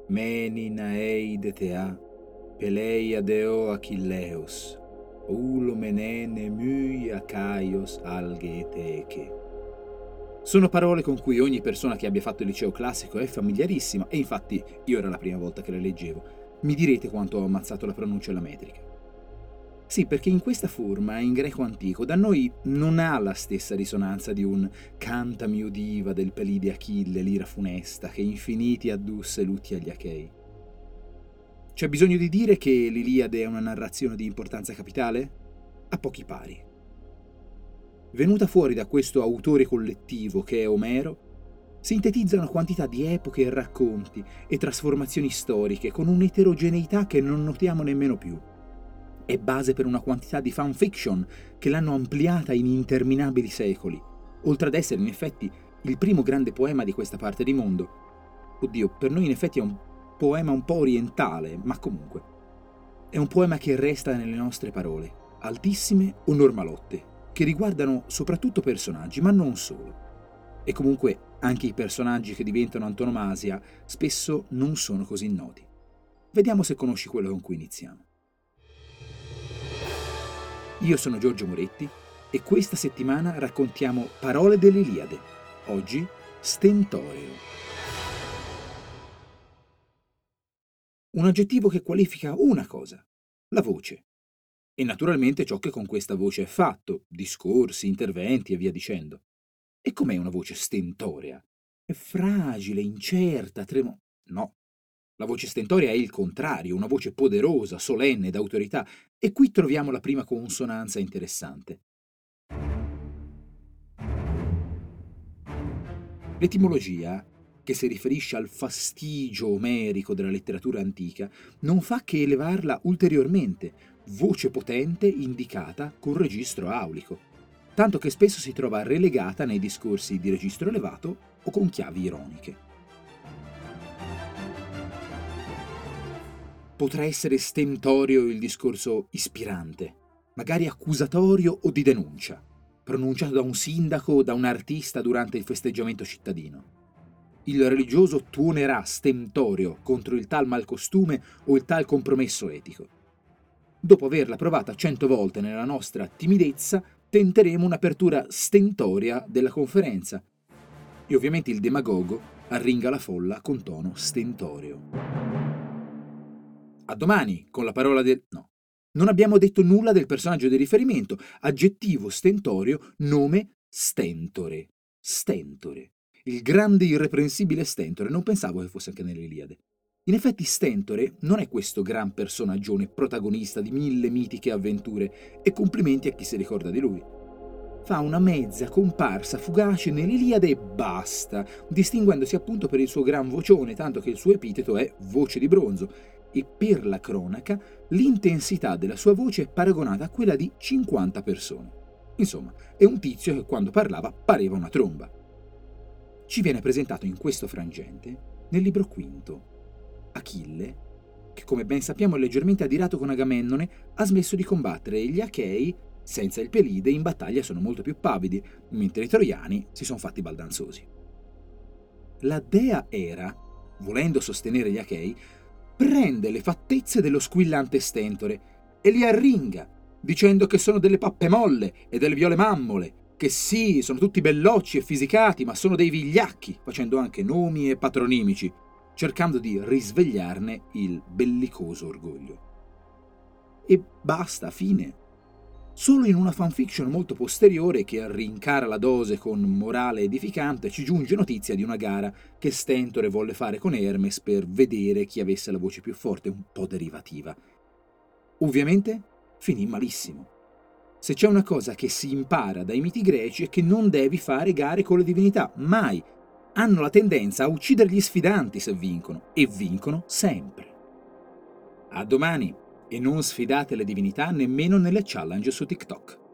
Menin eidetea, Peleia deo Achilleus, ulo menene mui Acaios algeteche. Sono parole con cui ogni persona che abbia fatto il liceo classico è familiarissima e infatti io era la prima volta che le leggevo. Mi direte quanto ho ammazzato la pronuncia e la metrica. Sì, perché in questa forma, in greco antico, da noi non ha la stessa risonanza di un cantami o diva del Pelide Achille, l'ira funesta, che infiniti addusse lutti agli Achei. C'è bisogno di dire che l'Iliade è una narrazione di importanza capitale? A pochi pari. Venuta fuori da questo autore collettivo che è Omero, sintetizza una quantità di epoche e racconti e trasformazioni storiche con un'eterogeneità che non notiamo nemmeno più. È base per una quantità di fanfiction che l'hanno ampliata in interminabili secoli, oltre ad essere in effetti il primo grande poema di questa parte di mondo. Oddio, per noi in effetti è un poema un po' orientale, ma comunque. È un poema che resta nelle nostre parole, altissime o normalotte, che riguardano soprattutto personaggi, ma non solo. E comunque anche i personaggi che diventano antonomasia spesso non sono così noti. Vediamo se conosci quello con cui iniziamo. Io sono Giorgio Moretti e questa settimana raccontiamo Parole dell'Iliade. Oggi stentoreo. Un aggettivo che qualifica una cosa, la voce. E naturalmente ciò che con questa voce è fatto, discorsi, interventi e via dicendo. E com'è una voce stentorea? È fragile, incerta, No. La voce stentorea è il contrario, una voce poderosa, solenne, d'autorità, e qui troviamo la prima consonanza interessante. L'etimologia, che si riferisce al fastigio omerico della letteratura antica, non fa che elevarla ulteriormente, voce potente indicata con registro aulico, tanto che spesso si trova relegata nei discorsi di registro elevato o con chiavi ironiche. Potrà essere stentoreo il discorso ispirante, magari accusatorio o di denuncia, pronunciato da un sindaco o da un artista durante il festeggiamento cittadino. Il religioso tuonerà stentorio contro il tal malcostume o il tal compromesso etico. Dopo averla provata 100 volte nella nostra timidezza, tenteremo un'apertura stentoria della conferenza. E ovviamente il demagogo arringa la folla con tono stentoreo. A domani, con la parola del... No. Non abbiamo detto nulla del personaggio di riferimento. Aggettivo stentoreo, nome Stentore. Stentore. Il grande irreprensibile Stentore. Non pensavo che fosse anche nell'Iliade. In effetti Stentore non è questo gran personaggione protagonista di 1000 mitiche avventure, e complimenti a chi si ricorda di lui. Fa una mezza comparsa fugace nell'Iliade e basta, distinguendosi appunto per il suo gran vocione, tanto che il suo epiteto è voce di bronzo, e per la cronaca l'intensità della sua voce è paragonata a quella di 50 persone. Insomma, è un tizio che quando parlava pareva una tromba. Ci viene presentato in questo frangente, nel libro quinto. Achille, che come ben sappiamo è leggermente adirato con Agamennone, ha smesso di combattere e gli Achei, senza il Pelide, in battaglia sono molto più pavidi, mentre i troiani si sono fatti baldanzosi. La dea Era, volendo sostenere gli Achei, prende le fattezze dello squillante Stentore e li arringa, dicendo che sono delle pappe molle e delle viole mammole, che sì, sono tutti bellocci e fisicati, ma sono dei vigliacchi, facendo anche nomi e patronimici, cercando di risvegliarne il bellicoso orgoglio. E basta, fine. Solo in una fanfiction molto posteriore, che rincara la dose con morale edificante, ci giunge notizia di una gara che Stentore volle fare con Hermes per vedere chi avesse la voce più forte, un po' derivativa. Ovviamente finì malissimo. Se c'è una cosa che si impara dai miti greci è che non devi fare gare con le divinità, mai. Hanno la tendenza a uccidere gli sfidanti se vincono, e vincono sempre. A domani! E non sfidate le divinità nemmeno nelle challenge su TikTok.